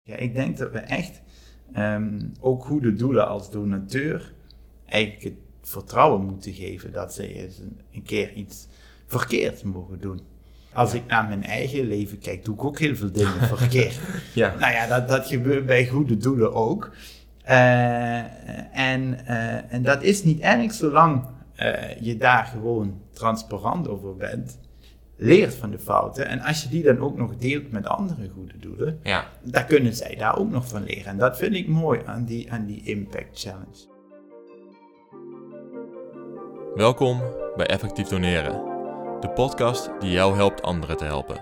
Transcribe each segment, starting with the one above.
Ja, ik denk dat we echt ook goede doelen als donateur eigenlijk het vertrouwen moeten geven dat ze eens een keer iets verkeerd mogen doen. Als ik naar mijn eigen leven kijk, doe ik ook heel veel dingen verkeerd. Ja. Nou ja, dat gebeurt bij goede doelen ook. En dat is niet erg zolang je daar gewoon transparant over bent. Leert van de fouten. En als je die dan ook nog deelt met andere goede doelen, dan kunnen zij daar ook nog van leren. En dat vind ik mooi aan die Impact Challenge. Welkom bij Effectief Doneren, de podcast die jou helpt anderen te helpen.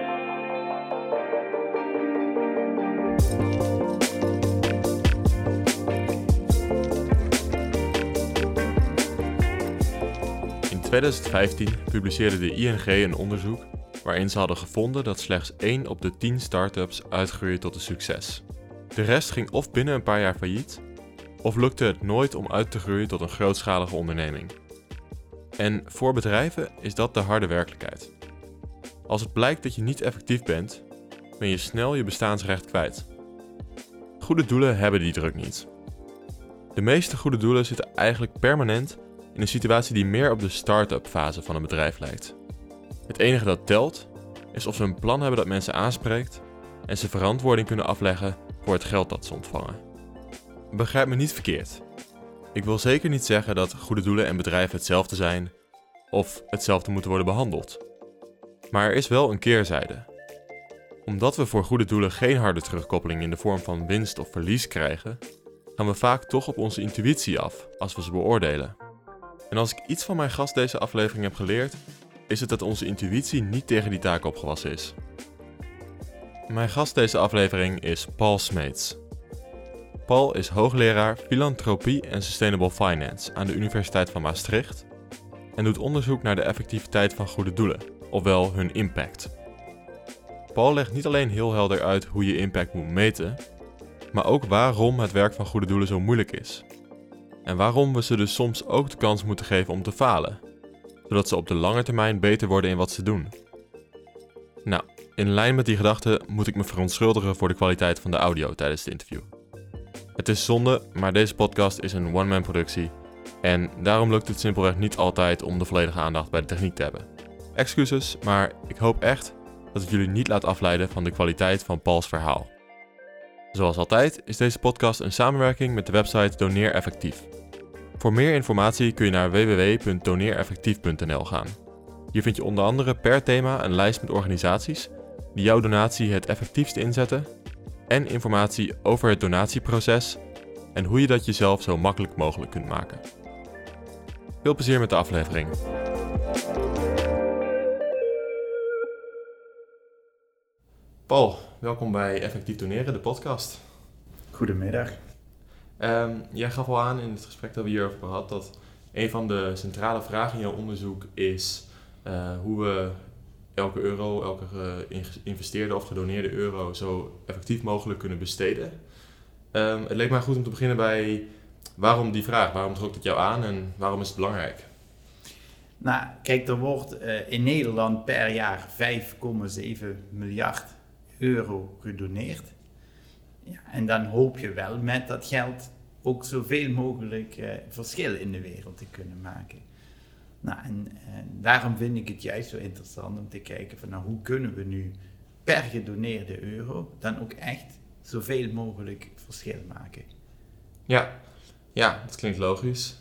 In 2015 publiceerde de ING een onderzoek waarin ze hadden gevonden dat slechts 1 op de 10 start-ups uitgroeide tot een succes. De rest ging of binnen een paar jaar failliet, of lukte het nooit om uit te groeien tot een grootschalige onderneming. En voor bedrijven is dat de harde werkelijkheid. Als het blijkt dat je niet effectief bent, ben je snel je bestaansrecht kwijt. Goede doelen hebben die druk niet. De meeste goede doelen zitten eigenlijk permanent in een situatie die meer op de start-up fase van een bedrijf lijkt. Het enige dat telt, is of ze een plan hebben dat mensen aanspreekt en ze verantwoording kunnen afleggen voor het geld dat ze ontvangen. Begrijp me niet verkeerd. Ik wil zeker niet zeggen dat goede doelen en bedrijven hetzelfde zijn of hetzelfde moeten worden behandeld. Maar er is wel een keerzijde. Omdat we voor goede doelen geen harde terugkoppeling in de vorm van winst of verlies krijgen, gaan we vaak toch op onze intuïtie af als we ze beoordelen. En als ik iets van mijn gast deze aflevering heb geleerd, is het dat onze intuïtie niet tegen die taak opgewassen is. Mijn gast deze aflevering is Paul Smeets. Paul is hoogleraar filantropie en sustainable finance aan de Universiteit van Maastricht en doet onderzoek naar de effectiviteit van goede doelen, ofwel hun impact. Paul legt niet alleen heel helder uit hoe je impact moet meten, maar ook waarom het werk van goede doelen zo moeilijk is. En waarom we ze dus soms ook de kans moeten geven om te falen, zodat ze op de lange termijn beter worden in wat ze doen. Nou, in lijn met die gedachte moet ik me verontschuldigen voor de kwaliteit van de audio tijdens het interview. Het is zonde, maar deze podcast is een one-man productie en daarom lukt het simpelweg niet altijd om de volledige aandacht bij de techniek te hebben. Excuses, maar ik hoop echt dat het jullie niet laat afleiden van de kwaliteit van Pauls verhaal. Zoals altijd is deze podcast een samenwerking met de website Doneer Effectief. Voor meer informatie kun je naar www.doneereffectief.nl gaan. Hier vind je onder andere per thema een lijst met organisaties die jouw donatie het effectiefst inzetten en informatie over het donatieproces en hoe je dat jezelf zo makkelijk mogelijk kunt maken. Veel plezier met de aflevering. Paul, welkom bij Effectief Doneren, de podcast. Goedemiddag. Jij gaf al aan in het gesprek dat we hierover hebben gehad dat een van de centrale vragen in jouw onderzoek is hoe we elke euro, elke geïnvesteerde of gedoneerde euro zo effectief mogelijk kunnen besteden. Het leek mij goed om te beginnen bij waarom die vraag, waarom trok het jou aan en waarom is het belangrijk? Nou, kijk, er wordt in Nederland per jaar 5,7 miljard euro gedoneerd. Ja, en dan hoop je wel met dat geld ook zoveel mogelijk verschil in de wereld te kunnen maken. Nou, en daarom vind ik het juist zo interessant om te kijken van nou, hoe kunnen we nu per gedoneerde euro dan ook echt zoveel mogelijk verschil maken. Ja, dat klinkt logisch.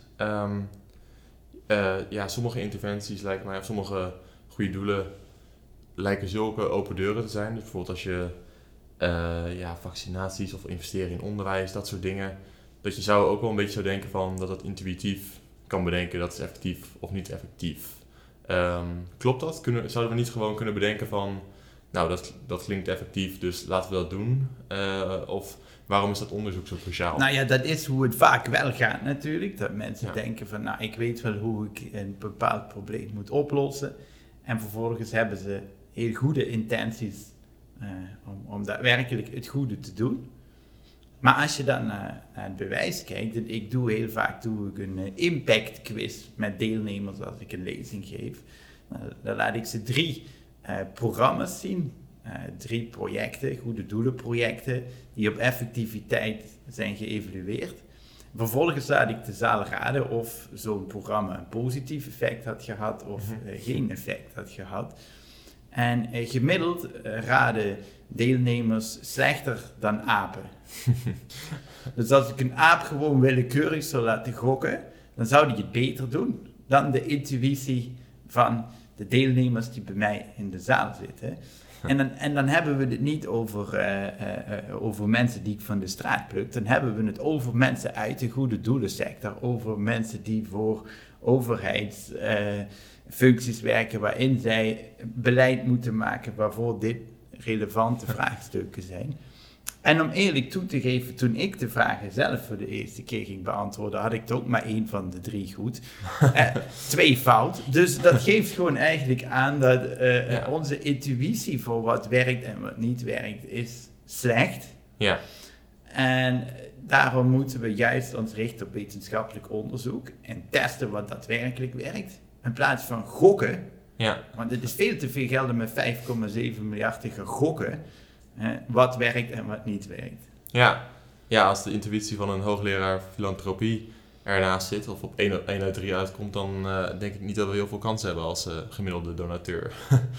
Sommige interventies lijken mij, of sommige goede doelen lijken zulke open deuren te zijn. Dus bijvoorbeeld als je vaccinaties of investeren in onderwijs, dat soort dingen. Dat je zou ook wel een beetje zou denken van dat het intuïtief kan bedenken dat is effectief of niet effectief. Klopt dat? Zouden we niet gewoon kunnen bedenken van nou, dat klinkt effectief, dus laten we dat doen? Of waarom is dat onderzoek zo cruciaal? Nou ja, dat is hoe het vaak wel gaat natuurlijk. Dat mensen denken van nou, ik weet wel hoe ik een bepaald probleem moet oplossen. En vervolgens hebben ze heel goede intenties om daadwerkelijk het goede te doen. Maar als je dan naar het bewijs kijkt, en ik doe heel vaak een impact quiz met deelnemers als ik een lezing geef. Dan laat ik ze 3 programma's zien 3 projecten, goede doelenprojecten, die op effectiviteit zijn geëvalueerd. Vervolgens laat ik de zaal raden of zo'n programma een positief effect had gehad of geen effect had gehad. En gemiddeld raden deelnemers slechter dan apen. Dus als ik een aap gewoon willekeurig zou laten gokken, dan zou die het beter doen dan de intuïtie van de deelnemers die bij mij in de zaal zitten. En dan hebben we het niet over mensen die ik van de straat pluk, dan hebben we het over mensen uit de goede doelensector, over mensen die voor overheidsfuncties werken, waarin zij beleid moeten maken waarvoor dit relevante vraagstukken zijn. En om eerlijk toe te geven, toen ik de vragen zelf voor de eerste keer ging beantwoorden, had ik er ook maar 1 van de 3 goed. 2 fout. Dus dat geeft gewoon eigenlijk aan dat onze intuïtie voor wat werkt en wat niet werkt is slecht. Ja. En daarom moeten we juist ons richten op wetenschappelijk onderzoek en testen wat daadwerkelijk werkt. In plaats van gokken. Ja. Want het is veel te veel geld om met 5,7 miljard te gaan gokken. Wat werkt en wat niet werkt. Ja, als de intuïtie van een hoogleraar filantropie ernaast zit, of op 1 uit 3 uitkomt, dan denk ik niet dat we heel veel kans hebben als gemiddelde donateur.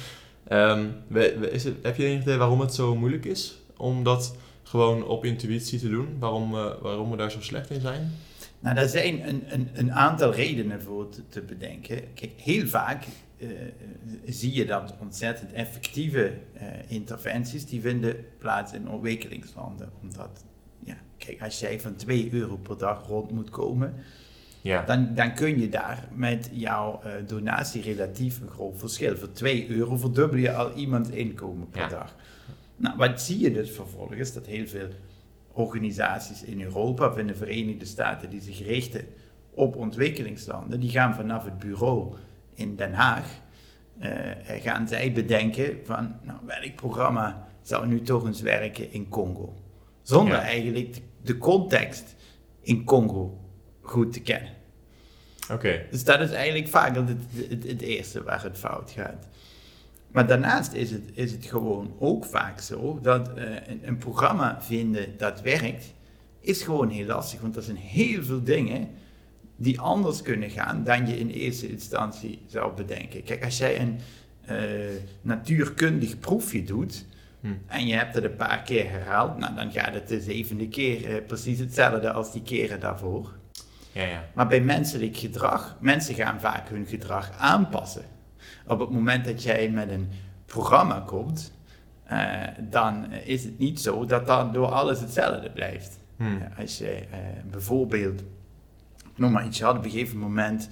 Heb je enig idee waarom het zo moeilijk is om dat gewoon op intuïtie te doen? Waarom we daar zo slecht in zijn? Nou, daar zijn een aantal redenen voor te bedenken. Kijk, heel vaak zie je dat ontzettend effectieve interventies, die vinden plaats in ontwikkelingslanden. Omdat, kijk, als jij van €2 per dag rond moet komen, dan kun je daar met jouw donatie relatief een groot verschil. Voor €2 verdubbel je al iemands inkomen per dag. Nou, wat zie je dus vervolgens? Dat heel veel organisaties in Europa of in de Verenigde Staten die zich richten op ontwikkelingslanden, die gaan vanaf het bureau in Den Haag, gaan zij bedenken van, welk programma zou nu toch eens werken in Congo? Zonder eigenlijk de context in Congo goed te kennen. Okay. Dus dat is eigenlijk vaak het eerste waar het fout gaat. Maar daarnaast is het gewoon ook vaak zo dat een programma vinden dat werkt, is gewoon heel lastig. Want er zijn heel veel dingen die anders kunnen gaan dan je in eerste instantie zou bedenken. Kijk, als jij een natuurkundig proefje doet en je hebt het een paar keer herhaald, dan gaat het de 7e keer precies hetzelfde als die keren daarvoor. Ja. Maar bij menselijk gedrag, mensen gaan vaak hun gedrag aanpassen. Op het moment dat jij met een programma komt, dan is het niet zo dat dan door alles hetzelfde blijft. Als je bijvoorbeeld, noem maar iets, je had op een gegeven moment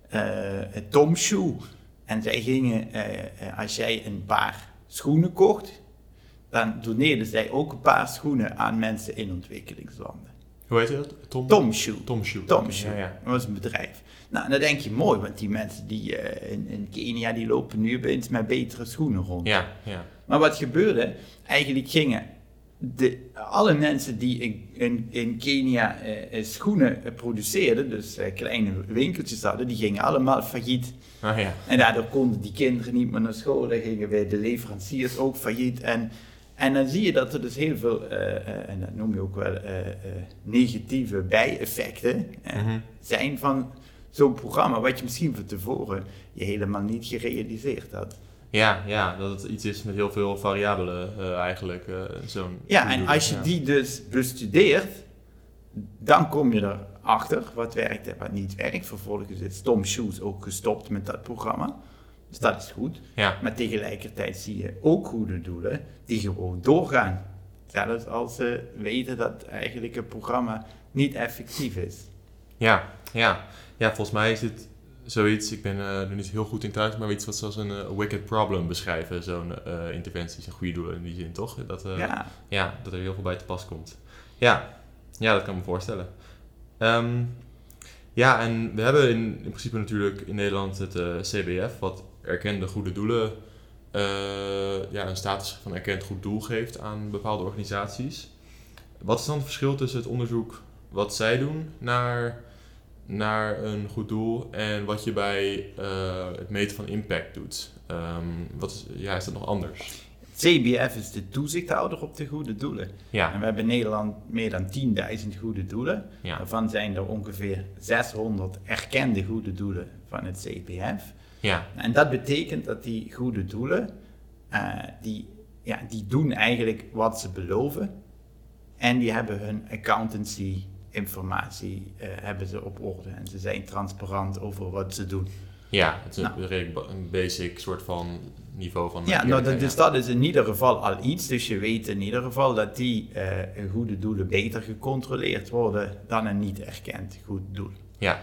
Tom Shoe. En zij gingen, als jij een paar schoenen kocht, dan doneerden zij ook een paar schoenen aan mensen in ontwikkelingslanden. Hoe heet dat? Tom Shoe. Tom Shoe. Dat was een bedrijf. Nou, dan denk je mooi, want die mensen die in Kenia, die lopen nu opeens met betere schoenen rond. Ja. Maar wat gebeurde? Eigenlijk gingen alle mensen die in Kenia schoenen produceerden, dus kleine winkeltjes hadden, die gingen allemaal failliet. En daardoor konden die kinderen niet meer naar school, dan gingen weer de leveranciers ook failliet. En dan zie je dat er dus heel veel, en dat noem je ook wel negatieve bijeffecten zijn van zo'n programma, wat je misschien van tevoren je helemaal niet gerealiseerd had. Ja, dat het iets is met heel veel variabelen eigenlijk. En als je die dus bestudeert, dan kom je erachter wat werkt en wat niet werkt. Vervolgens is Tom Shoes ook gestopt met dat programma. Dus dat is goed. Ja. Maar tegelijkertijd zie je ook goede doelen die gewoon doorgaan. Zelfs als ze weten dat eigenlijk een programma niet effectief is. Ja, volgens mij is dit zoiets, ik ben er niet heel goed in thuis, maar iets wat zoals een wicked problem beschrijven. Zo'n interventies en goede doelen in die zin, toch? Dat er heel veel bij te pas komt. Ja, dat kan ik me voorstellen. En we hebben in principe natuurlijk in Nederland het CBF, wat erkende goede doelen, een status van erkend goed doel geeft aan bepaalde organisaties. Wat is dan het verschil tussen het onderzoek wat zij doen naar een goed doel en wat je bij het meten van impact doet? Is dat nog anders? CBF is de toezichthouder op de goede doelen. Ja. En we hebben in Nederland meer dan 10.000 goede doelen. Ja. Daarvan zijn er ongeveer 600 erkende goede doelen van het CBF. Ja. En dat betekent dat die goede doelen, die doen eigenlijk wat ze beloven. En die hebben hun accountancy informatie hebben ze op orde. En ze zijn transparant over wat ze doen. Ja, het is een basic soort van niveau van... Dus dat is in ieder geval al iets. Dus je weet in ieder geval dat die goede doelen beter gecontroleerd worden dan een niet erkend goed doel. Ja.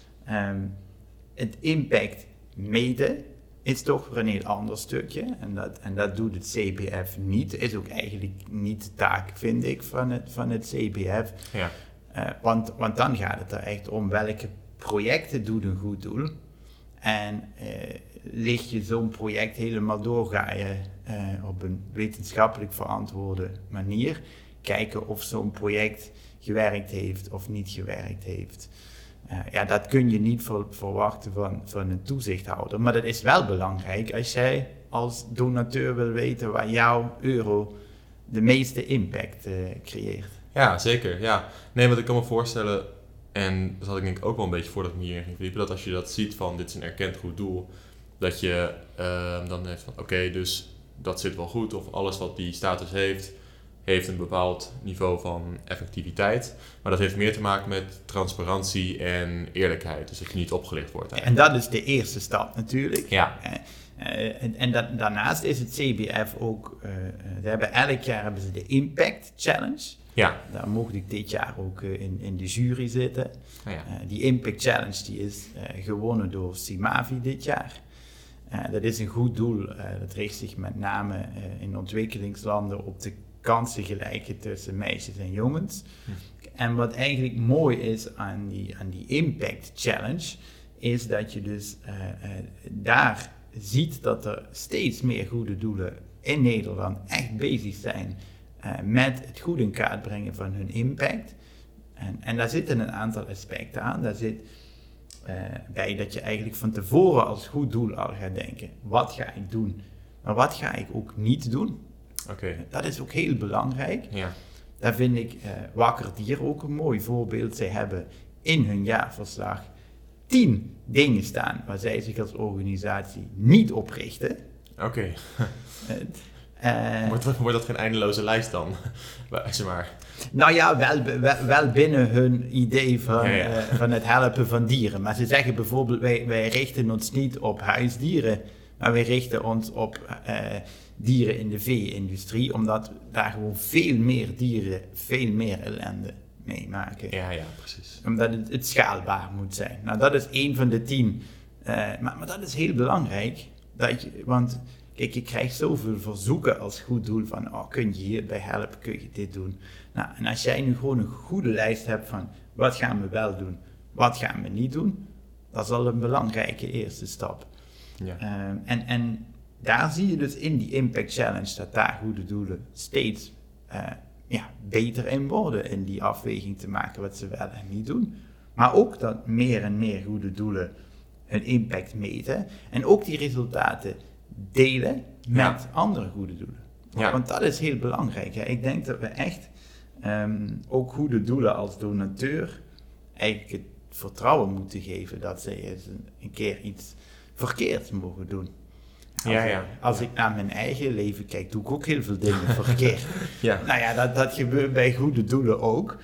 Het impact meten is toch weer een heel ander stukje. En dat doet het CBF niet. Is ook eigenlijk niet de taak, vind ik, van het CBF. Ja. Want dan gaat het er echt om welke projecten doet een goed doel. En lig je zo'n project helemaal door, ga je op een wetenschappelijk verantwoorde manier kijken of zo'n project gewerkt heeft of niet gewerkt heeft. Dat kun je niet verwachten van een toezichthouder. Maar dat is wel belangrijk als jij als donateur wil weten waar jouw euro de meeste impact creëert. Ja, zeker. Ja. Nee, wat ik kan me voorstellen, en dat had ik denk ik ook wel een beetje voordat ik me hierin ging verdiepen, dat als je dat ziet van dit is een erkend goed doel, dat je dan heeft van oké, dus dat zit wel goed, of alles wat die status heeft een bepaald niveau van effectiviteit. Maar dat heeft meer te maken met transparantie en eerlijkheid. Dus dat je niet opgelicht wordt. En dat is de eerste stap natuurlijk. Ja. Daarnaast is het CBF ook... elk jaar hebben ze de Impact Challenge. Ja. Daar mocht ik dit jaar ook in de jury zitten. Die Impact Challenge die is gewonnen door Simavi dit jaar. Dat is een goed doel. Dat richt zich met name in ontwikkelingslanden op de kansengelijkheid tussen meisjes en jongens. En wat eigenlijk mooi is aan die Impact Challenge, is dat je dus daar ziet dat er steeds meer goede doelen in Nederland echt bezig zijn met het goed in kaart brengen van hun impact. En daar zitten een aantal aspecten aan. Daar zit bij dat je eigenlijk van tevoren als goed doel al gaat denken, wat ga ik doen, maar wat ga ik ook niet doen? Okay. Dat is ook heel belangrijk. Ja. Daar vind ik Wakker Dier ook een mooi voorbeeld. Zij hebben in hun jaarverslag 10 dingen staan waar zij zich als organisatie niet op richten. Oké. Wordt dat geen eindeloze lijst dan? Zeg maar. Nou ja, wel binnen hun idee van het helpen van dieren. Maar ze zeggen bijvoorbeeld, wij richten ons niet op huisdieren, maar wij richten ons op dieren in de vee-industrie, omdat daar gewoon veel meer dieren, veel meer ellende meemaken. Ja, precies. Omdat het schaalbaar moet zijn. Nou, dat is 1 van de 10. Maar dat is heel belangrijk. Want kijk, je krijgt zoveel verzoeken als goed doel van, kun je hierbij helpen, kun je dit doen. Nou, en als jij nu gewoon een goede lijst hebt van, wat gaan we wel doen, wat gaan we niet doen, dat is al een belangrijke eerste stap. Ja. En daar zie je dus in die Impact Challenge dat daar goede doelen steeds beter in worden in die afweging te maken wat ze wel en niet doen. Maar ook dat meer en meer goede doelen hun impact meten en ook die resultaten delen met andere goede doelen. Ja. Want dat is heel belangrijk. Hè. Ik denk dat we echt ook goede doelen als donateur eigenlijk het vertrouwen moeten geven dat ze eens een keer iets verkeerds mogen doen. Als ik naar mijn eigen leven kijk, doe ik ook heel veel dingen verkeerd. Ja. Nou ja, dat gebeurt bij goede doelen ook.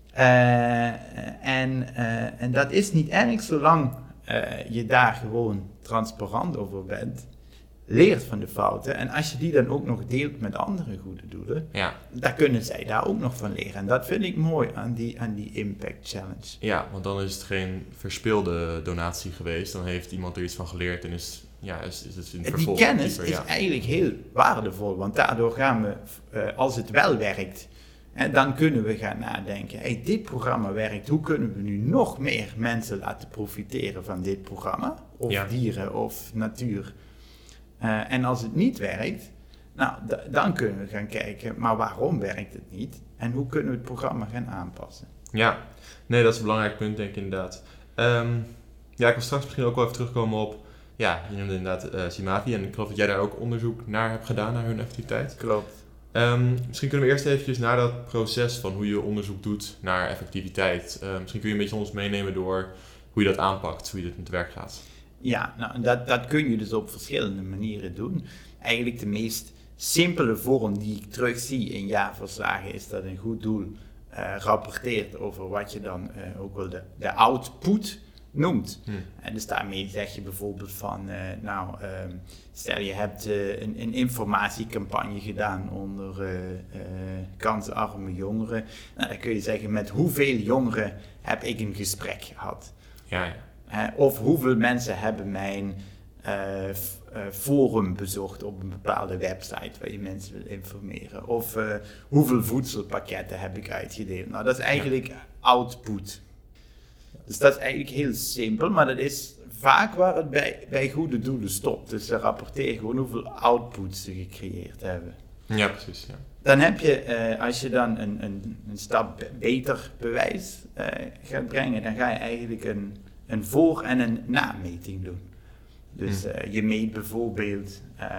En dat is niet erg zolang je daar gewoon transparant over bent, leert van de fouten. En als je die dan ook nog deelt met andere goede doelen, dan kunnen zij daar ook nog van leren. En dat vind ik mooi aan die Impact Challenge. Ja, want dan is het geen verspilde donatie geweest. Dan heeft iemand er iets van geleerd en is het in vervolg. Die kennis is eigenlijk heel waardevol, want daardoor gaan we, als het wel werkt, dan kunnen we gaan nadenken, dit programma werkt, hoe kunnen we nu nog meer mensen laten profiteren van dit programma? Of dieren of natuur. En als het niet werkt, dan kunnen we gaan kijken, maar waarom werkt het niet? En hoe kunnen we het programma gaan aanpassen? Ja, nee, dat is een belangrijk punt, denk ik inderdaad. Ik wil straks misschien ook wel even terugkomen op Ja, je noemde inderdaad Simavi en ik geloof dat jij daar ook onderzoek naar hebt gedaan, naar hun effectiviteit. Klopt. Misschien kunnen we eerst eventjes naar dat proces van hoe je onderzoek doet naar effectiviteit. Misschien kun je een beetje ons meenemen door hoe je dat aanpakt, hoe je dit met werk gaat. Ja, nou, dat kun je dus op verschillende manieren doen. Eigenlijk de meest simpele vorm die ik terugzie in jaarverslagen is dat een goed doel rapporteert over wat je dan ook wel de output noemt. En dus daarmee zeg je bijvoorbeeld van, stel je hebt een informatiecampagne gedaan onder kansarme jongeren. Nou, dan kun je zeggen met hoeveel jongeren heb ik een gesprek gehad. Ja. Of hoeveel mensen hebben mijn forum bezocht op een bepaalde website waar je mensen wil informeren. Of hoeveel voedselpakketten heb ik uitgedeeld. Nou, dat is eigenlijk output. Dus dat is eigenlijk heel simpel, maar dat is vaak waar het bij goede doelen stopt. Dus ze rapporteren gewoon hoeveel output ze gecreëerd hebben. Ja, precies. Ja. Dan heb je, als je dan een stap beter bewijs gaat brengen, dan ga je eigenlijk een voor- en een nameting doen. Dus je meet bijvoorbeeld,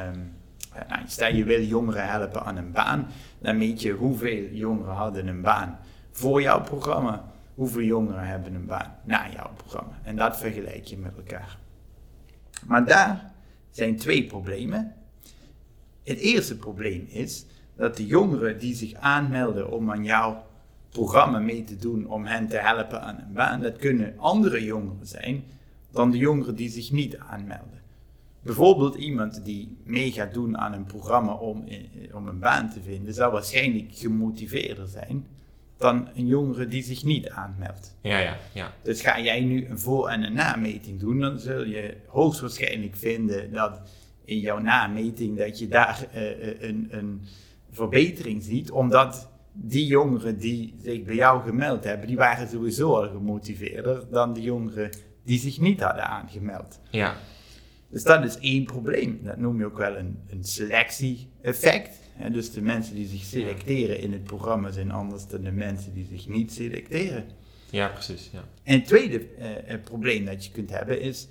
stel je wil jongeren helpen aan een baan, dan meet je hoeveel jongeren hadden een baan voor jouw programma, hoeveel jongeren hebben een baan na jouw programma. En dat vergelijk je met elkaar. Maar daar zijn 2 problemen. Het eerste probleem is dat de jongeren die zich aanmelden om aan jouw programma mee te doen, om hen te helpen aan een baan, dat kunnen andere jongeren zijn dan de jongeren die zich niet aanmelden. Bijvoorbeeld iemand die mee gaat doen aan een programma om een baan te vinden, zal waarschijnlijk gemotiveerder zijn dan een jongere die zich niet aanmeldt. Ja. Dus ga jij nu een voor- en een nameting doen, dan zul je hoogstwaarschijnlijk vinden dat in jouw nameting dat je daar een verbetering ziet, omdat die jongeren die zich bij jou gemeld hebben, die waren sowieso al gemotiveerder dan de jongeren die zich niet hadden aangemeld. Ja. Dus dat is 1 probleem. Dat noem je ook wel een selectie-effect. Dus de mensen die zich selecteren in het programma zijn anders dan de mensen die zich niet selecteren. Ja, precies. Ja. En het tweede probleem dat je kunt hebben is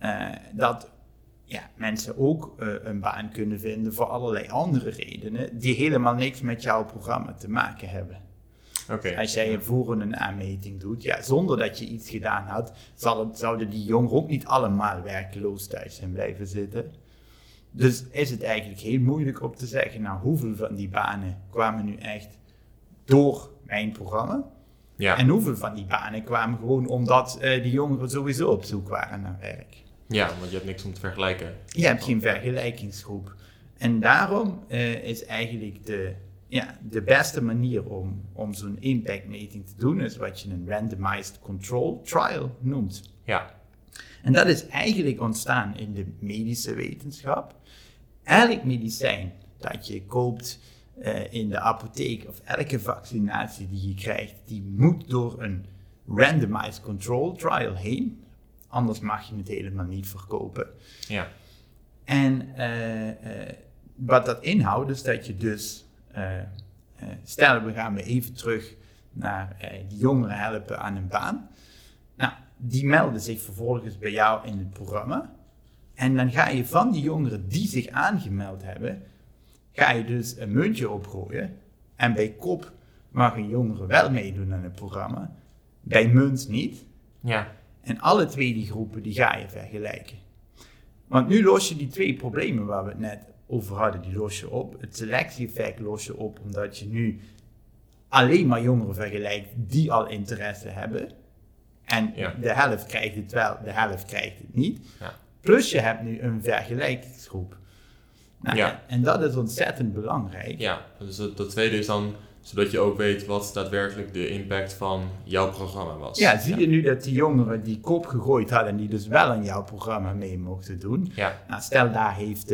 dat mensen ook een baan kunnen vinden voor allerlei andere redenen die helemaal niks met jouw programma te maken hebben. Okay. Als jij een voor- en een aanmeting doet, zonder dat je iets gedaan had, zouden die jongeren ook niet allemaal werkeloos thuis zijn blijven zitten. Dus is het eigenlijk heel moeilijk om te zeggen, nou, hoeveel van die banen kwamen nu echt door mijn programma? Ja. En hoeveel van die banen kwamen gewoon omdat die jongeren sowieso op zoek waren naar werk? Ja, want je hebt niks om te vergelijken. Je hebt geen vergelijkingsgroep. En daarom is eigenlijk de beste manier om zo'n impactmeting te doen, is wat je een randomized control trial noemt. Ja. En dat is eigenlijk ontstaan in de medische wetenschap. Elk medicijn dat je koopt in de apotheek of elke vaccinatie die je krijgt, die moet door een randomized control trial heen. Anders mag je het helemaal niet verkopen. Ja. En wat dat inhoudt is dat je dus, stel we gaan weer even terug naar die jongeren helpen aan een baan. Nou, die melden zich vervolgens bij jou in het programma. En dan ga je van die jongeren die zich aangemeld hebben, ga je dus een muntje opgooien. En bij kop mag een jongere wel meedoen aan het programma. Bij munt niet. Ja. En alle 2 die groepen, die ga je vergelijken. Want nu los je die 2 problemen waar we het net over hadden, die los je op. Het selectie-effect los je op, omdat je nu alleen maar jongeren vergelijkt die al interesse hebben. En de helft krijgt het wel, de helft krijgt het niet. Ja. Plus je hebt nu een vergelijkingsgroep. Nou, en dat is ontzettend belangrijk. Ja, dus dat tweede is dan zodat je ook weet wat daadwerkelijk de impact van jouw programma was. Ja, zie je nu dat die jongeren die kop gegooid hadden, die dus wel aan jouw programma mee mochten doen. Ja. Nou, stel daar heeft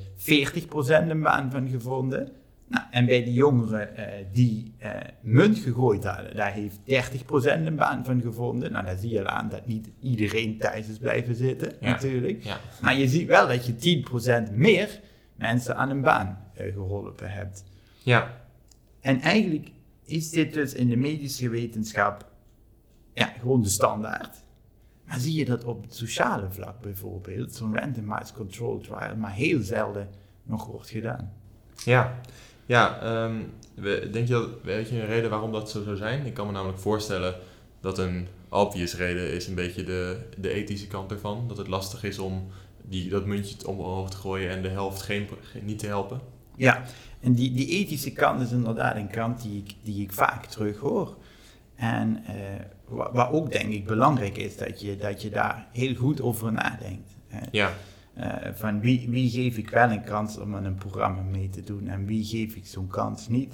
40% een baan van gevonden. Nou, en bij die jongeren die munt gegooid hadden, daar heeft 30% een baan van gevonden. Nou, daar zie je al aan dat niet iedereen thuis is blijven zitten, natuurlijk. Ja. Maar je ziet wel dat je 10% meer mensen aan een baan geholpen hebt. Ja. En eigenlijk is dit dus in de medische wetenschap gewoon de standaard. Maar zie je dat op het sociale vlak bijvoorbeeld, zo'n randomized control trial, maar heel zelden nog wordt gedaan. Denk je dat, weet je een reden waarom dat zo zou zijn? Ik kan me namelijk voorstellen dat een obvious reden is een beetje de ethische kant ervan. Dat het lastig is om dat muntje omhoog te gooien en de helft niet te helpen. Ja, en die ethische kant is inderdaad een kant die ik vaak terug hoor. En wat ook denk ik belangrijk is, dat je daar heel goed over nadenkt. Van wie geef ik wel een kans om aan een programma mee te doen en wie geef ik zo'n kans niet.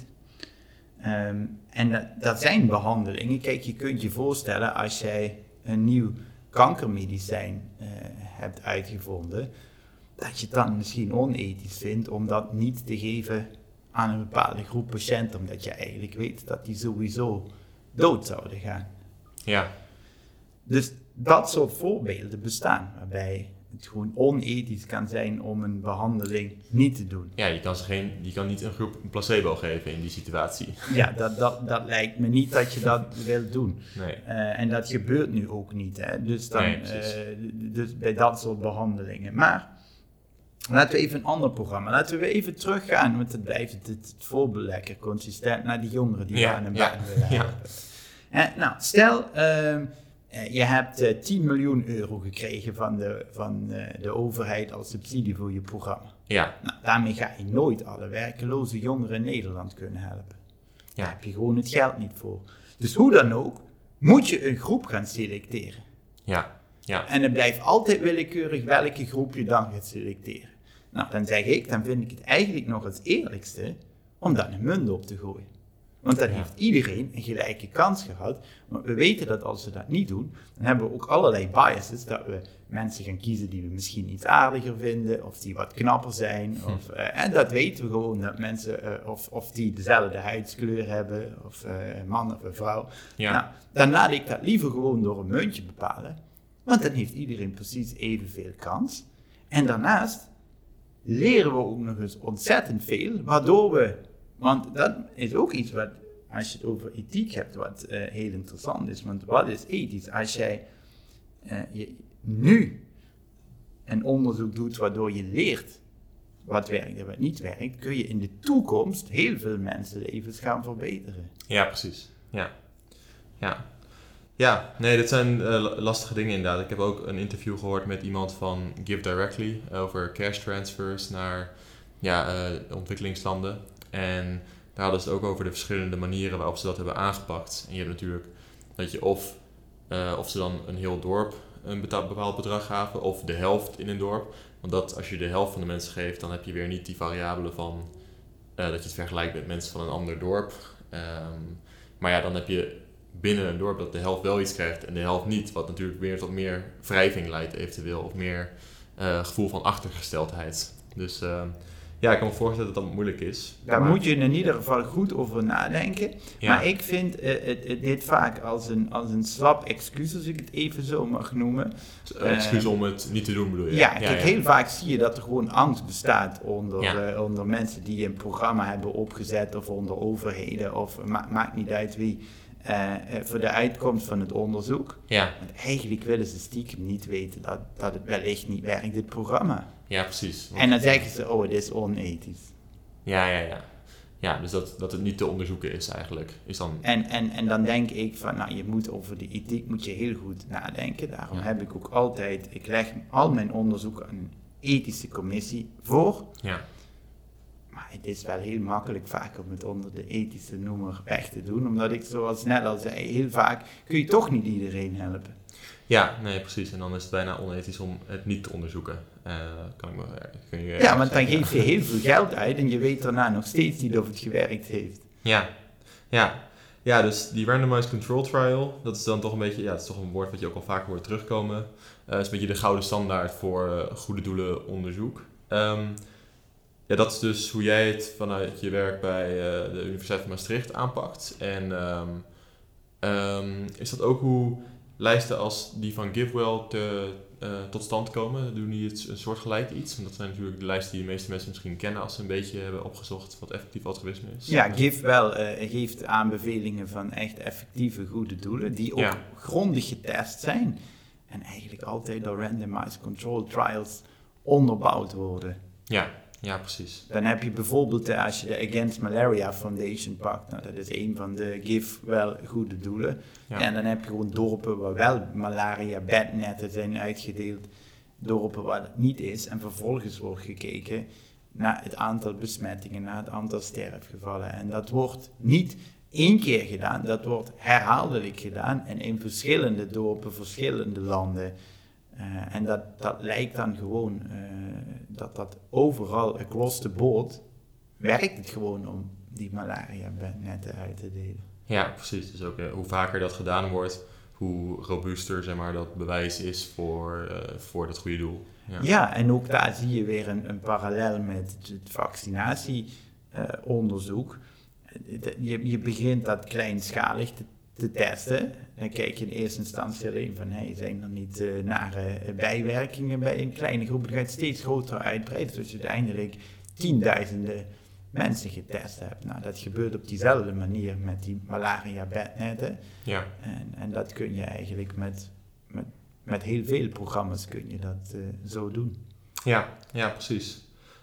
En dat zijn behandelingen. Kijk, je kunt je voorstellen als jij een nieuw kankermedicijn hebt uitgevonden, dat je het dan misschien onethisch vindt om dat niet te geven aan een bepaalde groep patiënten, omdat je eigenlijk weet dat die sowieso dood zouden gaan. Ja. Dus dat soort voorbeelden bestaan, waarbij het gewoon onethisch kan zijn om een behandeling niet te doen. Ja, je kan niet een groep een placebo geven in die situatie. Ja, dat lijkt me niet dat je dat wilt doen. Nee. En dat gebeurt nu ook niet. Hè? Dus bij dat soort behandelingen. Maar laten we even een ander programma. Laten we even teruggaan, want het blijft het voorbeeld lekker consistent naar die jongeren die aan een baan willen helpen. Nou, stel, je hebt 10 miljoen euro gekregen van de overheid als subsidie voor je programma. Ja. Nou, daarmee ga je nooit alle werkeloze jongeren in Nederland kunnen helpen. Ja. Daar heb je gewoon het geld niet voor. Dus hoe dan ook, moet je een groep gaan selecteren. Ja. En het blijft altijd willekeurig welke groep je dan gaat selecteren. Nou, dan vind ik het eigenlijk nog het eerlijkste om dan een munt op te gooien. Want dan heeft iedereen een gelijke kans gehad. Want we weten dat als we dat niet doen, dan hebben we ook allerlei biases. Dat we mensen gaan kiezen die we misschien iets aardiger vinden, of die wat knapper zijn. En dat weten we gewoon, dat mensen, of die dezelfde huidskleur hebben, of een man of een vrouw. Ja. Nou, dan laat ik dat liever gewoon door een muntje bepalen. Want dan heeft iedereen precies evenveel kans. En daarnaast leren we ook nog eens ontzettend veel, waardoor we... Want dat is ook iets wat, als je het over ethiek hebt, wat heel interessant is. Want wat is ethisch? Als jij nu een onderzoek doet waardoor je leert wat werkt en wat niet werkt, kun je in de toekomst heel veel mensenlevens gaan verbeteren. Ja, precies. Ja, nee, dit zijn lastige dingen inderdaad. Ik heb ook een interview gehoord met iemand van Give Directly over cash transfers naar ontwikkelingslanden. En daar hadden ze het ook over de verschillende manieren waarop ze dat hebben aangepakt. En je hebt natuurlijk dat je of ze dan een heel dorp een bepaald bedrag gaven, of de helft in een dorp. Want dat, als je de helft van de mensen geeft, dan heb je weer niet die variabelen van dat je het vergelijkt met mensen van een ander dorp. Maar ja, dan heb je binnen een dorp dat de helft wel iets krijgt en de helft niet. Wat natuurlijk weer tot meer wrijving leidt eventueel, of meer gevoel van achtergesteldheid. Dus... ik kan me voorstellen dat dat moeilijk is. Daar moet je in ieder geval goed over nadenken. Ja. Maar ik vind dit vaak als een slap excuus, als ik het even zo mag noemen. Excuus om het niet te doen, bedoel je? Ja, heel vaak zie je dat er gewoon angst bestaat onder mensen die een programma hebben opgezet, of onder overheden, of maakt niet uit wie, voor de uitkomst van het onderzoek. Ja. Want eigenlijk willen ze stiekem niet weten dat het wellicht niet werkt, dit programma. Ja, precies. En dan zeggen ze, het is onethisch. Ja, dus dat het niet te onderzoeken is eigenlijk. Is dan... En dan denk ik van, je moet over de ethiek moet je heel goed nadenken. Daarom heb ik ook altijd, ik leg al mijn onderzoek aan een ethische commissie voor. Ja. Maar het is wel heel makkelijk vaak om het onder de ethische noemer weg te doen. Omdat ik, zoals net al zei, heel vaak kun je toch niet iedereen helpen. Ja, nee, precies. En dan is het bijna onethisch om het niet te onderzoeken. Want dan geef je heel veel geld uit en je weet daarna nog steeds niet of het gewerkt heeft. Ja, dus die randomized control trial, dat is dan toch een beetje, het is toch een woord wat je ook al vaker hoort terugkomen. Het is een beetje de gouden standaard voor goede doelen onderzoek. Dat is dus hoe jij het vanuit je werk bij de Universiteit van Maastricht aanpakt. En is dat ook hoe lijsten als die van GiveWell tot stand komen? Doen die een soortgelijk iets? Want dat zijn natuurlijk de lijsten die de meeste mensen misschien kennen als ze een beetje hebben opgezocht wat effectief altruïsme is. Ja, GiveWell geeft aanbevelingen van echt effectieve goede doelen die ook grondig getest zijn. en eigenlijk altijd door randomized controlled trials onderbouwd worden. Ja, precies. Dan heb je bijvoorbeeld, als je de Against Malaria Foundation pakt, nou, dat is een van de wel goede doelen. Ja. En dan heb je gewoon dorpen waar wel malaria bednetten zijn uitgedeeld, dorpen waar dat niet is. En vervolgens wordt gekeken naar het aantal besmettingen, naar het aantal sterfgevallen. En dat wordt niet 1 keer gedaan, dat wordt herhaaldelijk gedaan en in verschillende dorpen, verschillende landen. En dat lijkt dan gewoon dat overal across the board werkt het gewoon om die malaria-bednetten uit te delen. Ja, precies. Dus ook hoe vaker dat gedaan wordt, hoe robuuster zeg maar, dat bewijs is voor dat goede doel. Ja, en ook daar zie je weer een parallel met het vaccinatieonderzoek. Je begint dat kleinschalig te testen. Dan kijk je in eerste instantie alleen van, zijn er niet nare bijwerkingen bij een kleine groep. Dan gaat het steeds groter uitbreiden, zodat je uiteindelijk tienduizenden mensen getest hebt. Nou, dat gebeurt op diezelfde manier met die malaria-bednetten. Ja. En dat kun je eigenlijk met heel veel programma's kun je dat zo doen. Ja, precies.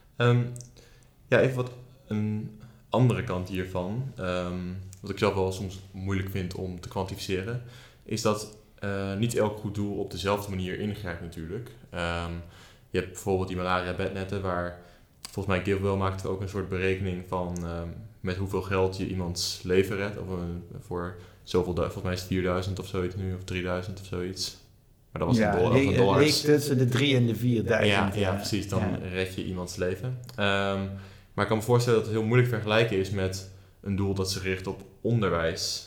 Even wat een andere kant hiervan, wat ik zelf wel soms moeilijk vind om te kwantificeren, is dat niet elk goed doel op dezelfde manier ingrijpt natuurlijk. Je hebt bijvoorbeeld die malaria-bednetten waar, volgens mij Givewell maakte ook een soort berekening van met hoeveel geld je iemands leven redt. Of voor zoveel, volgens mij is het 4.000 of zoiets nu, of 3.000 of zoiets. Maar dat was een dollar. Leeg tussen de 3 en de 4.000. Ja, precies. Dan red je iemands leven. Maar ik kan me voorstellen dat het heel moeilijk vergelijken is met een doel dat zich richt op onderwijs.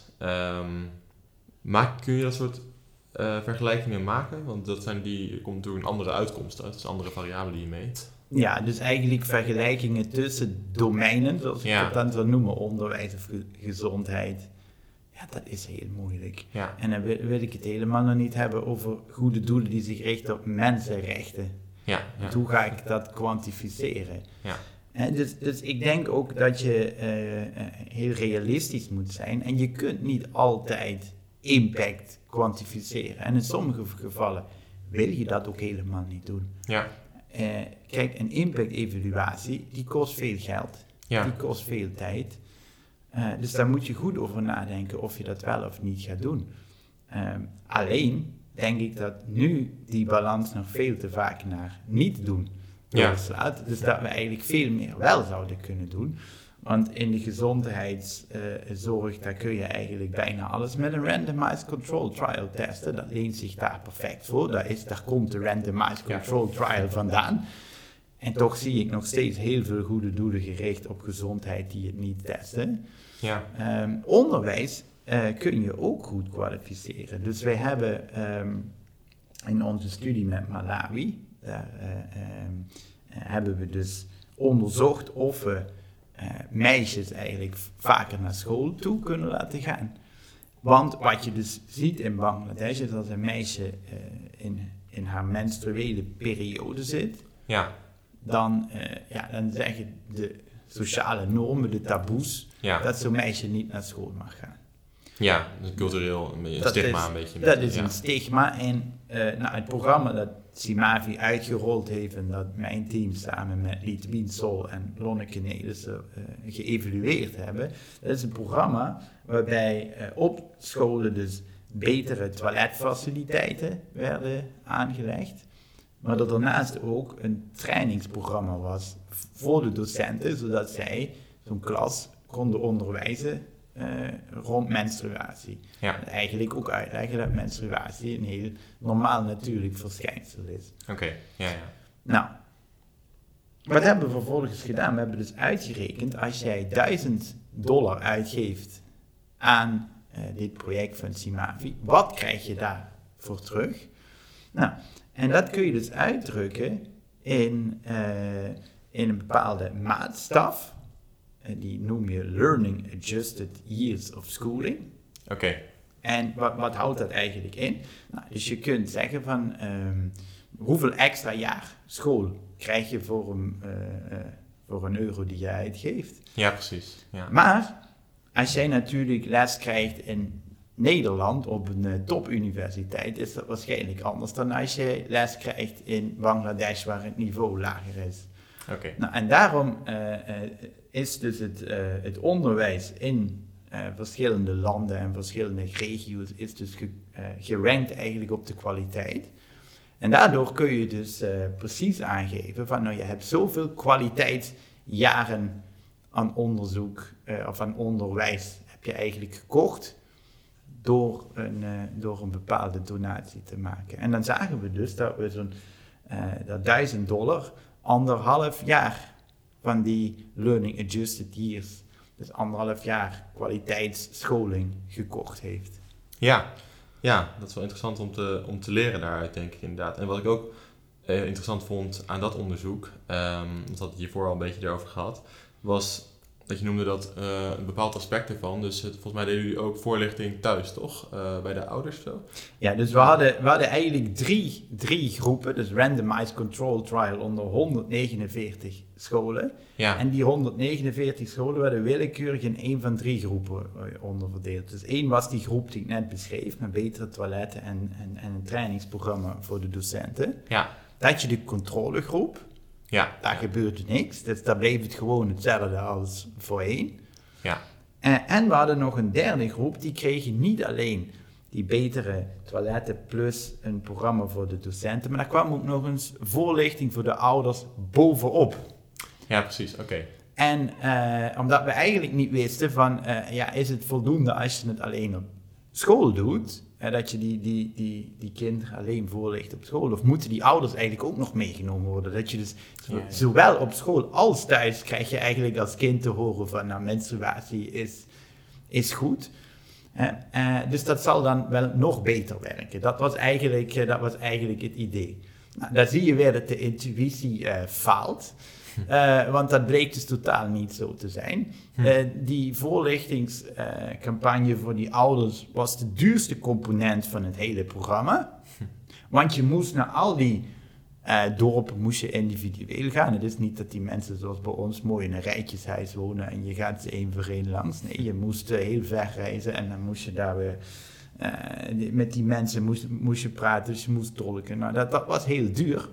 Kun je dat soort vergelijkingen maken? Want er komt natuurlijk een andere uitkomst uit. Dus andere variabelen die je meet. Ja, dus eigenlijk vergelijkingen tussen domeinen, zoals ik het dan zou noemen, onderwijs of gezondheid. Ja, dat is heel moeilijk. Ja. En dan wil ik het helemaal nog niet hebben over goede doelen die zich richten op mensenrechten. Ja. Hoe ga ik dat kwantificeren? Ja. Dus ik denk ook dat je heel realistisch moet zijn en je kunt niet altijd impact kwantificeren. En in sommige gevallen wil je dat ook helemaal niet doen. Ja. Kijk, een impact-evaluatie, die kost veel geld, die kost veel tijd. Dus daar moet je goed over nadenken of je dat wel of niet gaat doen. Alleen denk ik dat nu die balans nog veel te vaak naar niet doen doorslaat. Dus dat we eigenlijk veel meer wel zouden kunnen doen. Want in de gezondheidszorg, daar kun je eigenlijk bijna alles met een randomized control trial testen. Dat leent zich daar perfect voor. Daar komt de randomized control trial vandaan. En toch zie ik nog steeds heel veel goede doelen gericht op gezondheid die het niet testen. Ja. Onderwijs kun je ook goed kwalificeren. Dus wij hebben in onze studie met Malawi, daar hebben we dus onderzocht of we meisjes eigenlijk vaker naar school toe kunnen laten gaan. Want wat je dus ziet in Bangladesh is dat een meisje in haar menstruele periode zit. Ja. Dan zeggen de sociale normen, de taboes, dat zo'n meisje niet naar school mag gaan. Ja, dus cultureel een stigma. Dat is een stigma. En het programma dat CIMAVI uitgerold heeft en dat mijn team samen met Litwin Sol en Lonneke Nelissen geëvalueerd hebben, dat is een programma waarbij op scholen dus betere toiletfaciliteiten werden aangelegd. Maar dat daarnaast ook een trainingsprogramma was voor de docenten, zodat zij zo'n klas konden onderwijzen rond menstruatie. Ja. Eigenlijk ook uitleggen dat menstruatie een heel normaal natuurlijk verschijnsel is. Oké. Ja. Nou, wat hebben we vervolgens gedaan? We hebben dus uitgerekend, als jij $1.000 uitgeeft aan dit project van CIMAVI, wat krijg je daarvoor terug? Nou, en dat kun je dus uitdrukken in een bepaalde maatstaf. Die noem je Learning Adjusted Years of Schooling. Oké. En wat houdt dat eigenlijk in? Nou, dus je kunt zeggen van hoeveel extra jaar school krijg je voor €1 die je uitgeeft. Ja, precies. Ja. Maar als jij natuurlijk les krijgt in Nederland op een topuniversiteit is dat waarschijnlijk anders dan als je les krijgt in Bangladesh waar het niveau lager is. Okay. Nou, en daarom is dus het onderwijs in verschillende landen en verschillende regio's is dus gerankt eigenlijk op de kwaliteit. En daardoor kun je dus precies aangeven van nou je hebt zoveel kwaliteitsjaren aan onderzoek of aan onderwijs heb je eigenlijk gekocht door een bepaalde donatie te maken. En dan zagen we dus dat we zo'n dat $1.000 1,5 jaar van die learning adjusted years, dus 1,5 jaar kwaliteitsscholing gekocht heeft. Ja, dat is wel interessant om te leren daaruit, denk ik inderdaad. En wat ik ook interessant vond aan dat onderzoek, dat had je hiervoor al een beetje erover gehad, was dat je noemde dat een bepaald aspect ervan. Dus volgens mij deden jullie ook voorlichting thuis, toch? Bij de ouders zo? Ja, dus we hadden eigenlijk drie groepen. Dus randomized control trial onder 149 scholen. Ja. En die 149 scholen werden willekeurig in 1 van 3 groepen onderverdeeld. Dus 1 was die groep die ik net beschreef, met betere toiletten en een trainingsprogramma voor de docenten. Ja. Dan had je de controlegroep. Ja. Daar gebeurde niks, dus daar bleef het gewoon hetzelfde als voorheen. Ja. En we hadden nog een derde groep, die kregen niet alleen die betere toiletten plus een programma voor de docenten, maar daar kwam ook nog eens voorlichting voor de ouders bovenop. Ja, precies, oké. En omdat we eigenlijk niet wisten van, is het voldoende als je het alleen op school doet, dat je die kinderen alleen voorlicht op school, of moeten die ouders eigenlijk ook nog meegenomen worden? Dat je dus zowel op school als thuis krijg je eigenlijk als kind te horen van, nou, menstruatie is goed. Dus dat zal dan wel nog beter werken. Dat was eigenlijk het idee. Nou, daar zie je weer dat de intuïtie faalt. Want dat bleek dus totaal niet zo te zijn. Die voorlichtingscampagne voor die ouders was de duurste component van het hele programma. Want je moest naar al die dorpen moest je individueel gaan. Het is niet dat die mensen zoals bij ons mooi in een rijtjeshuis wonen en je gaat ze 1 voor 1 langs. Nee, je moest heel ver reizen en dan moest je daar weer met die mensen moest je praten, dus je moest tolken. Nou, dat was heel duur.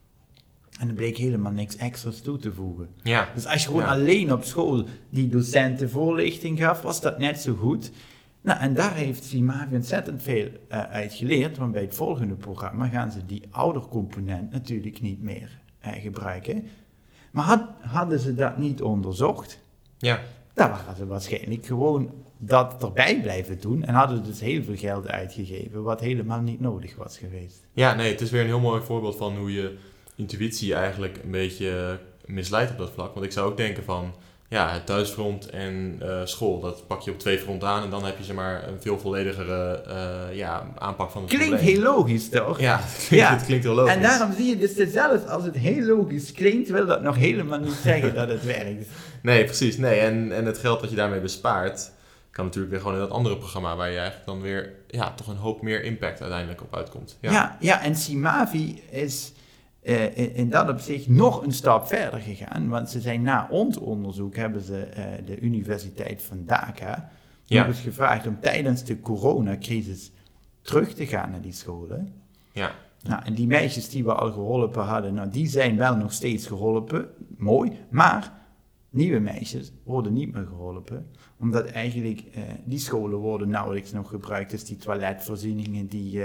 En er bleek helemaal niks extra's toe te voegen. Ja. Dus als je gewoon alleen op school die docenten voorlichting gaf, was dat net zo goed. Nou, en daar heeft Simavi ontzettend veel uit geleerd, want bij het volgende programma gaan ze die oudercomponent natuurlijk niet meer gebruiken. Maar hadden ze dat niet onderzocht, dan waren ze waarschijnlijk gewoon dat erbij blijven doen en hadden dus heel veel geld uitgegeven, wat helemaal niet nodig was geweest. Ja, nee, het is weer een heel mooi voorbeeld van hoe je intuïtie eigenlijk een beetje misleidt op dat vlak. Want ik zou ook denken van, het thuisfront en school, dat pak je op 2 fronten aan en dan heb je zeg maar een veel volledigere aanpak van het probleem. Klinkt heel logisch, toch? Ja, het klinkt heel logisch. En daarom zie je dus zelfs als het heel logisch klinkt, wil dat nog helemaal niet zeggen dat het werkt. Nee, precies. Nee. En het geld dat je daarmee bespaart, kan natuurlijk weer gewoon in dat andere programma waar je eigenlijk dan weer toch een hoop meer impact uiteindelijk op uitkomt. Ja, en Simavi is in dat opzicht nog een stap verder gegaan, want ze zijn na ons onderzoek, hebben ze de Universiteit van Dhaka nog eens gevraagd om tijdens de coronacrisis terug te gaan naar die scholen. Ja. Nou, en die meisjes die we al geholpen hadden, nou, die zijn wel nog steeds geholpen, mooi, maar nieuwe meisjes worden niet meer geholpen, omdat eigenlijk die scholen worden nauwelijks nog gebruikt, dus die toiletvoorzieningen die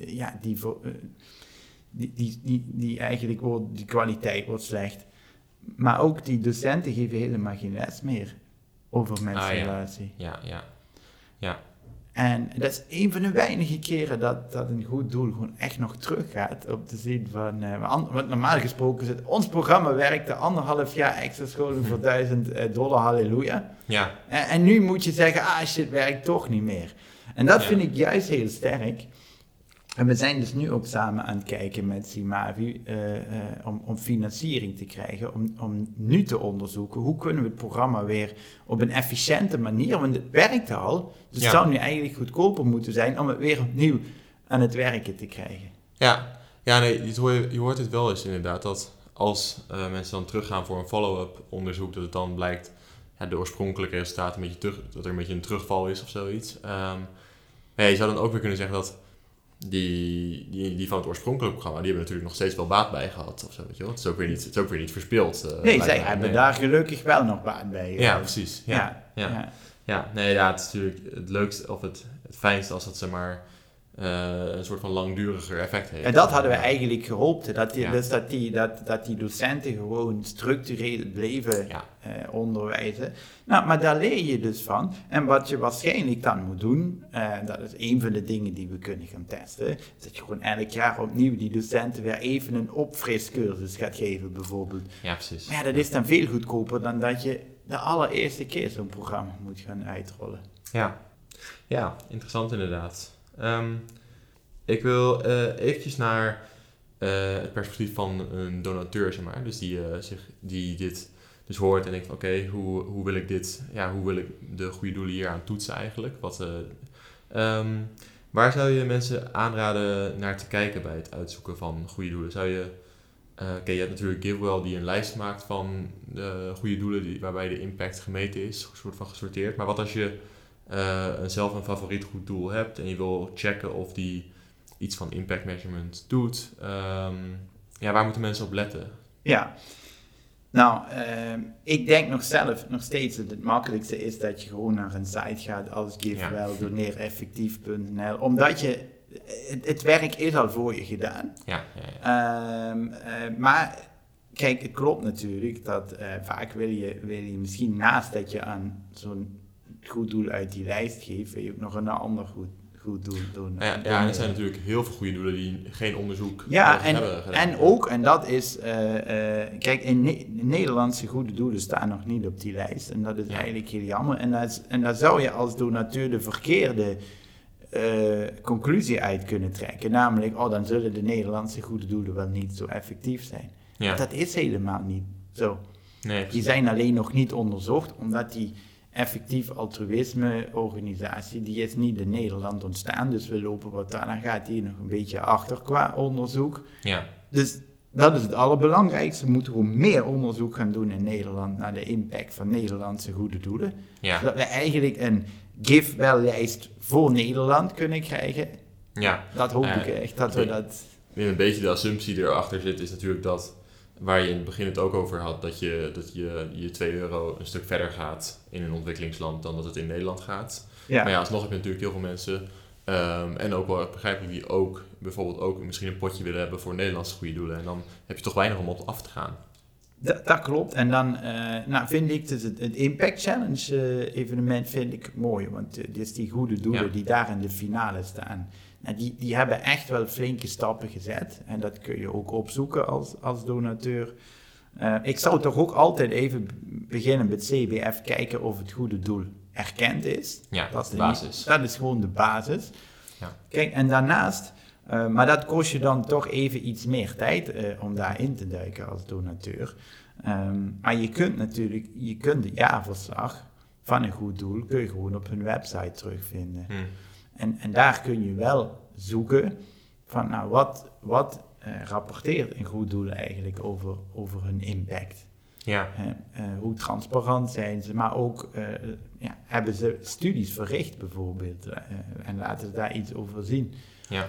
eigenlijk die kwaliteit wordt slecht. Maar ook die docenten geven helemaal geen les meer over menstruatie. Ja. En dat is een van de weinige keren dat een goed doel gewoon echt nog teruggaat op de zin van, want normaal gesproken is ons programma werkte 1,5 jaar extra scholing voor $1.000, halleluja. Ja. En nu moet je zeggen, shit, werkt toch niet meer. En dat vind ik juist heel sterk. En we zijn dus nu ook samen aan het kijken met Simavi om financiering te krijgen, om nu te onderzoeken hoe kunnen we het programma weer op een efficiënte manier, want het werkt al, dus het zou nu eigenlijk goedkoper moeten zijn om het weer opnieuw aan het werken te krijgen. Je hoort het wel eens inderdaad, dat als mensen dan teruggaan voor een follow-up onderzoek, dat het dan blijkt de oorspronkelijke resultaten dat er een beetje een terugval is of zoiets. Maar ja, je zou dan ook weer kunnen zeggen dat die van het oorspronkelijke programma, die hebben natuurlijk nog steeds wel baat bij gehad. Of zo, weet je wel? Het is ook weer niet verspild. Nee, zij hebben daar gelukkig wel nog baat bij. Ja, precies. Ja, nee, ja, het is natuurlijk het leukste of het fijnste als het, zeg maar, een soort van langduriger effect heeft. En dat hadden we eigenlijk gehoopt, dat die docenten gewoon structureel bleven onderwijzen. Nou, maar daar leer je dus van. En wat je waarschijnlijk dan moet doen, dat is een van de dingen die we kunnen gaan testen, is dat je gewoon elk jaar opnieuw die docenten weer even een opfriscursus gaat geven, bijvoorbeeld. Ja, precies. Maar ja, dat is dan veel goedkoper dan dat je de allereerste keer zo'n programma moet gaan uitrollen. Ja, interessant inderdaad. Ik wil eventjes naar het perspectief van een donateur, zeg maar. Dus die dit dus hoort en denkt, oké, hoe wil ik dit, hoe wil ik de goede doelen hier aan toetsen eigenlijk? Waar zou je mensen aanraden naar te kijken bij het uitzoeken van goede doelen? Je hebt natuurlijk GiveWell die een lijst maakt van de goede doelen waarbij de impact gemeten is, een soort van gesorteerd. Maar wat als je zelf een favoriet goed doel hebt en je wil checken of die iets van impact measurement doet, waar moeten mensen op letten? Ja, nou, ik denk nog steeds dat het makkelijkste is dat je gewoon naar een site gaat als GiveWell, doneereffectief.nl, omdat het werk is al voor je gedaan. Maar kijk, het klopt natuurlijk dat vaak wil je misschien naast dat je aan zo'n goed doel uit die lijst geeft, wil je ook nog een ander goed doel doen. En er zijn natuurlijk heel veel goede doelen die geen onderzoek hebben gedaan. En dat is, kijk, in Nederlandse goede doelen staan nog niet op die lijst. En dat is eigenlijk heel jammer. En daar zou je als donateur de verkeerde conclusie uit kunnen trekken. Namelijk, dan zullen de Nederlandse goede doelen wel niet zo effectief zijn. Ja. Dat is helemaal niet zo. Nee, die zijn alleen nog niet onderzocht, omdat die effectief altruïsme-organisatie, die is niet in Nederland ontstaan, dus we lopen wat daar, dan gaat die nog een beetje achter qua onderzoek. Ja. Dus dat is het allerbelangrijkste. We moeten gewoon meer onderzoek gaan doen in Nederland naar de impact van Nederlandse goede doelen. Ja. Zodat we eigenlijk een GiveWell-lijst voor Nederland kunnen krijgen. Ja. Dat hoop ik echt, dat we dat... Een beetje de assumptie die erachter zit is natuurlijk dat, waar je in het begin het ook over had, dat je €2 een stuk verder gaat in een ontwikkelingsland dan dat het in Nederland gaat. Ja. Maar alsnog heb je natuurlijk heel veel mensen, en ook wel begrijpelijk, die ook bijvoorbeeld ook misschien een potje willen hebben voor Nederlandse goede doelen. En dan heb je toch weinig om op af te gaan. Dat klopt. En dan vind ik dus het Impact Challenge evenement vind ik mooi. Want dus die goede doelen die daar in de finale staan, die hebben echt wel flinke stappen gezet. En dat kun je ook opzoeken als donateur. Ik zou toch ook altijd even beginnen met CBF, kijken of het goede doel erkend is. Ja, dat is de basis. Dat is gewoon de basis. Ja. Kijk, en daarnaast, maar dat kost je dan toch even iets meer tijd om daarin te duiken als donateur. Maar je kunt de jaarverslag van een goed doel kun je gewoon op hun website terugvinden. En daar kun je wel zoeken van, wat rapporteert een goed doel eigenlijk over hun impact. Ja. Hoe transparant zijn ze, maar ook hebben ze studies verricht bijvoorbeeld en laten ze daar iets over zien. Ja.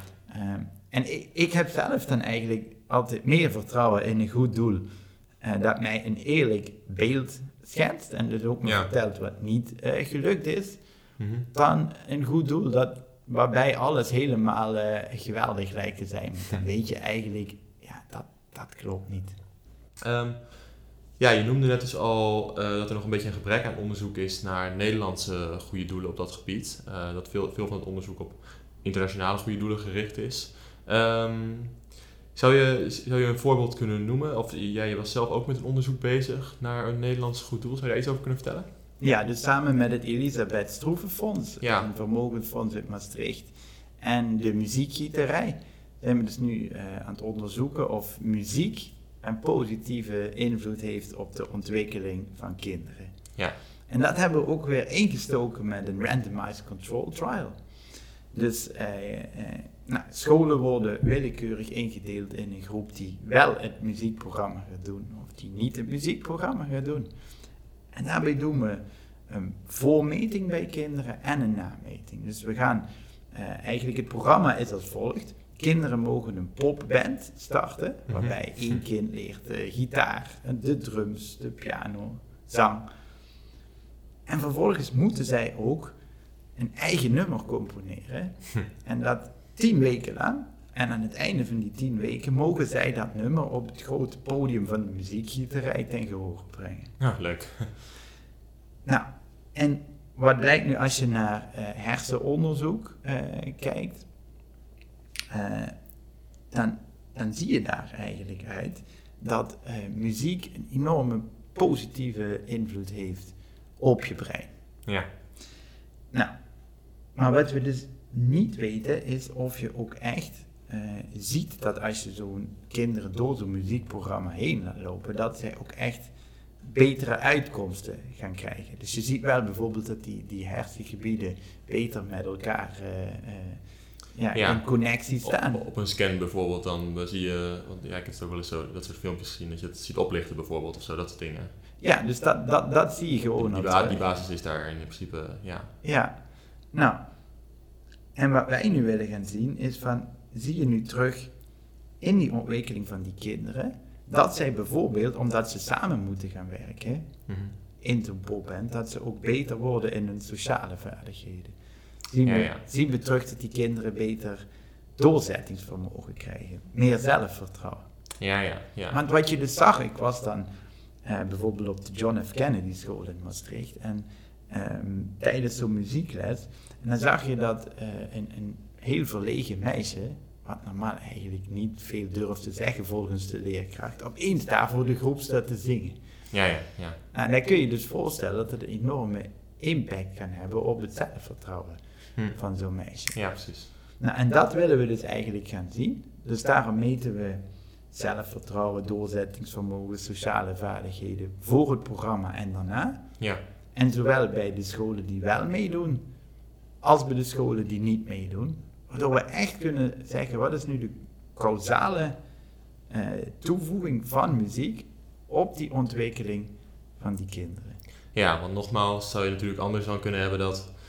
En ik heb zelf dan eigenlijk altijd meer vertrouwen in een goed doel dat mij een eerlijk beeld schetst en dus ook me vertelt wat niet gelukt is, dan een goed doel waarbij alles helemaal geweldig lijkt te zijn. Dan weet je eigenlijk, dat klopt niet. Je noemde net dus al dat er nog een beetje een gebrek aan onderzoek is naar Nederlandse goede doelen op dat gebied. Dat veel van het onderzoek op internationale goede doelen gericht is. Zou je een voorbeeld kunnen noemen? Of jij was zelf ook met een onderzoek bezig naar een Nederlands goed doel. Zou je daar iets over kunnen vertellen? Ja, dus samen met het Elisabeth Stroevenfonds, een vermogensfonds uit Maastricht, en de muziekgieterij zijn we dus nu aan het onderzoeken of muziek een positieve invloed heeft op de ontwikkeling van kinderen. Ja. En dat hebben we ook weer ingestoken met een randomized control trial. Dus scholen worden willekeurig ingedeeld in een groep die wel het muziekprogramma gaat doen of die niet het muziekprogramma gaat doen. En daarbij doen we een voormeting bij kinderen en een nameting. Dus we gaan eigenlijk het programma is als volgt. Kinderen mogen een popband starten, waarbij 1 kind leert gitaar, de drums, de piano, zang. En vervolgens moeten zij ook een eigen nummer componeren. En dat 10 weken lang. En aan het einde van die 10 weken mogen zij dat nummer op het grote podium van de muziekgieterij ten gehoor brengen. Ja, leuk. Nou, en wat blijkt nu als je naar hersenonderzoek kijkt, dan zie je daar eigenlijk uit dat muziek een enorme positieve invloed heeft op je brein. Ja. Nou, maar wat we dus niet weten is of je ook echt ziet dat als je zo'n kinderen door zo'n muziekprogramma heen laat lopen, dat zij ook echt betere uitkomsten gaan krijgen. Dus je ziet wel bijvoorbeeld dat die hersengebieden beter met elkaar in connectie staan. Op een scan bijvoorbeeld, dan zie je, want ik heb het ook wel eens zo, dat soort filmpjes gezien, dat je het ziet oplichten bijvoorbeeld of zo, dat soort dingen. Ja, dus dat zie je gewoon. Die basis is daar in principe, ja. Ja, nou, en wat wij nu willen gaan zien is van, zie je nu terug in die ontwikkeling van die kinderen, dat zij bijvoorbeeld, omdat ze samen moeten gaan werken in zo'n popband, dat ze ook beter worden in hun sociale vaardigheden. Zien we terug dat die kinderen beter doorzettingsvermogen krijgen, meer zelfvertrouwen. Ja. Want wat je dus zag, ik was dan bijvoorbeeld op de John F. Kennedy School in Maastricht en tijdens zo'n muziekles, en dan zag je dat een heel verlegen meisje, wat normaal eigenlijk niet veel durft te zeggen volgens de leerkracht, opeens daar voor de groep staat te zingen. Ja. En dan kun je dus voorstellen dat het een enorme impact kan hebben op het zelfvertrouwen van zo'n meisje. Ja, precies. Nou, en dat willen we dus eigenlijk gaan zien. Dus daarom meten we zelfvertrouwen, doorzettingsvermogen, sociale vaardigheden voor het programma en daarna. Ja. En zowel bij de scholen die wel meedoen, als bij de scholen die niet meedoen. Waardoor we echt kunnen zeggen, wat is nu de causale toevoeging van muziek op die ontwikkeling van die kinderen. Ja, want nogmaals zou je natuurlijk anders dan kunnen hebben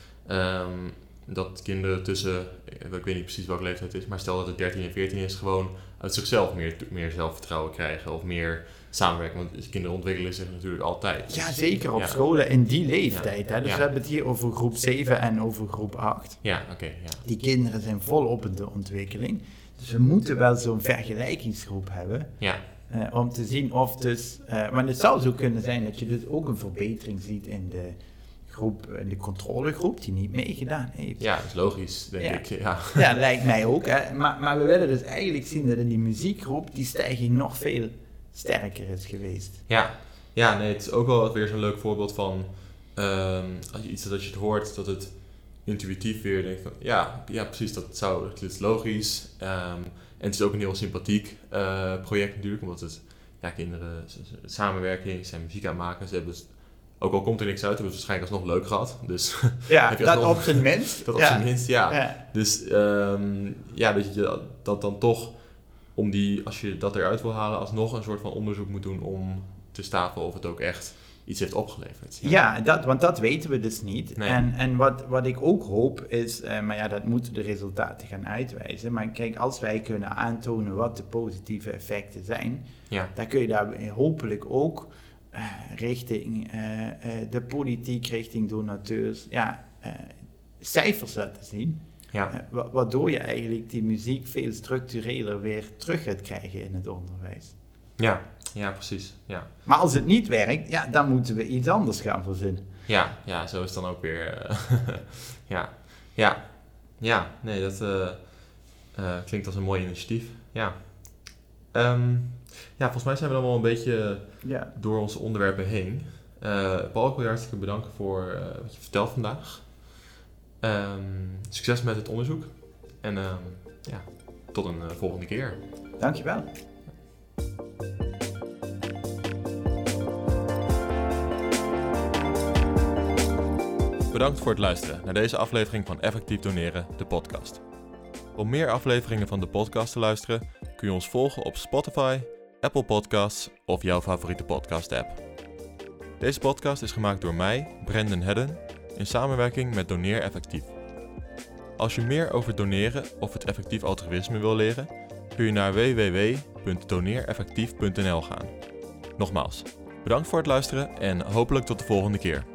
dat kinderen tussen, ik weet niet precies welke leeftijd het is, maar stel dat het 13 en 14 is, gewoon uit zichzelf meer zelfvertrouwen krijgen of meer samenwerken. Want kinderen ontwikkelen zich natuurlijk altijd. Ja, zeker op scholen in die leeftijd. Hè? Dus we hebben het hier over groep 7 en over groep 8. Ja, oké. Die kinderen zijn volop in de ontwikkeling. Dus we moeten wel zo'n vergelijkingsgroep hebben. Ja. Om te zien of dus... maar het zou zo kunnen zijn dat je dus ook een verbetering ziet in de groep, in de controlegroep die niet meegedaan heeft. Ja, dat is logisch, denk ik. Ja, lijkt mij ook. Hè. Maar we willen dus eigenlijk zien dat in die muziekgroep die stijging nog veel sterker is geweest. Ja, nee, het is ook wel weer zo'n leuk voorbeeld van als je iets dat je het hoort, dat het intuïtief weer denkt van ja precies, dat is logisch. En het is ook een heel sympathiek project natuurlijk, omdat het kinderen samenwerking, zijn muziek aan het maken, ze hebben ook al komt er niks uit, hebben ze waarschijnlijk alsnog leuk gehad. Dus ja, dat op zijn minst. Dat op zijn minst, ja. Dus dat je dat dan toch, als je dat eruit wil halen, alsnog een soort van onderzoek moet doen om te stapelen of het ook echt iets heeft opgeleverd. Ja, want dat weten we dus niet. Nee. En wat ik ook hoop is, maar dat moeten de resultaten gaan uitwijzen. Maar kijk, als wij kunnen aantonen wat de positieve effecten zijn, dan kun je daar hopelijk ook richting de politiek, richting donateurs, cijfers laten zien. Ja. Waardoor je eigenlijk die muziek veel structureler weer terug gaat krijgen in het onderwijs. Ja, precies. Ja. Maar als het niet werkt, dan moeten we iets anders gaan verzinnen. Ja, zo is het dan ook weer. Nee, dat klinkt als een mooi initiatief. Ja. Volgens mij zijn we dan wel een beetje door onze onderwerpen heen. Paul, ik wil je hartstikke bedanken voor wat je vertelt vandaag. Succes met het onderzoek. En tot een volgende keer. Dankjewel. Bedankt voor het luisteren naar deze aflevering van Effectief Doneren, de podcast. Om meer afleveringen van de podcast te luisteren, kun je ons volgen op Spotify, Apple Podcasts of jouw favoriete podcast-app. Deze podcast is gemaakt door mij, Brendan Hedden, in samenwerking met Doneer Effectief. Als je meer over doneren of het effectief altruïsme wil leren, kun je naar www.doneereffectief.nl gaan. Nogmaals, bedankt voor het luisteren en hopelijk tot de volgende keer.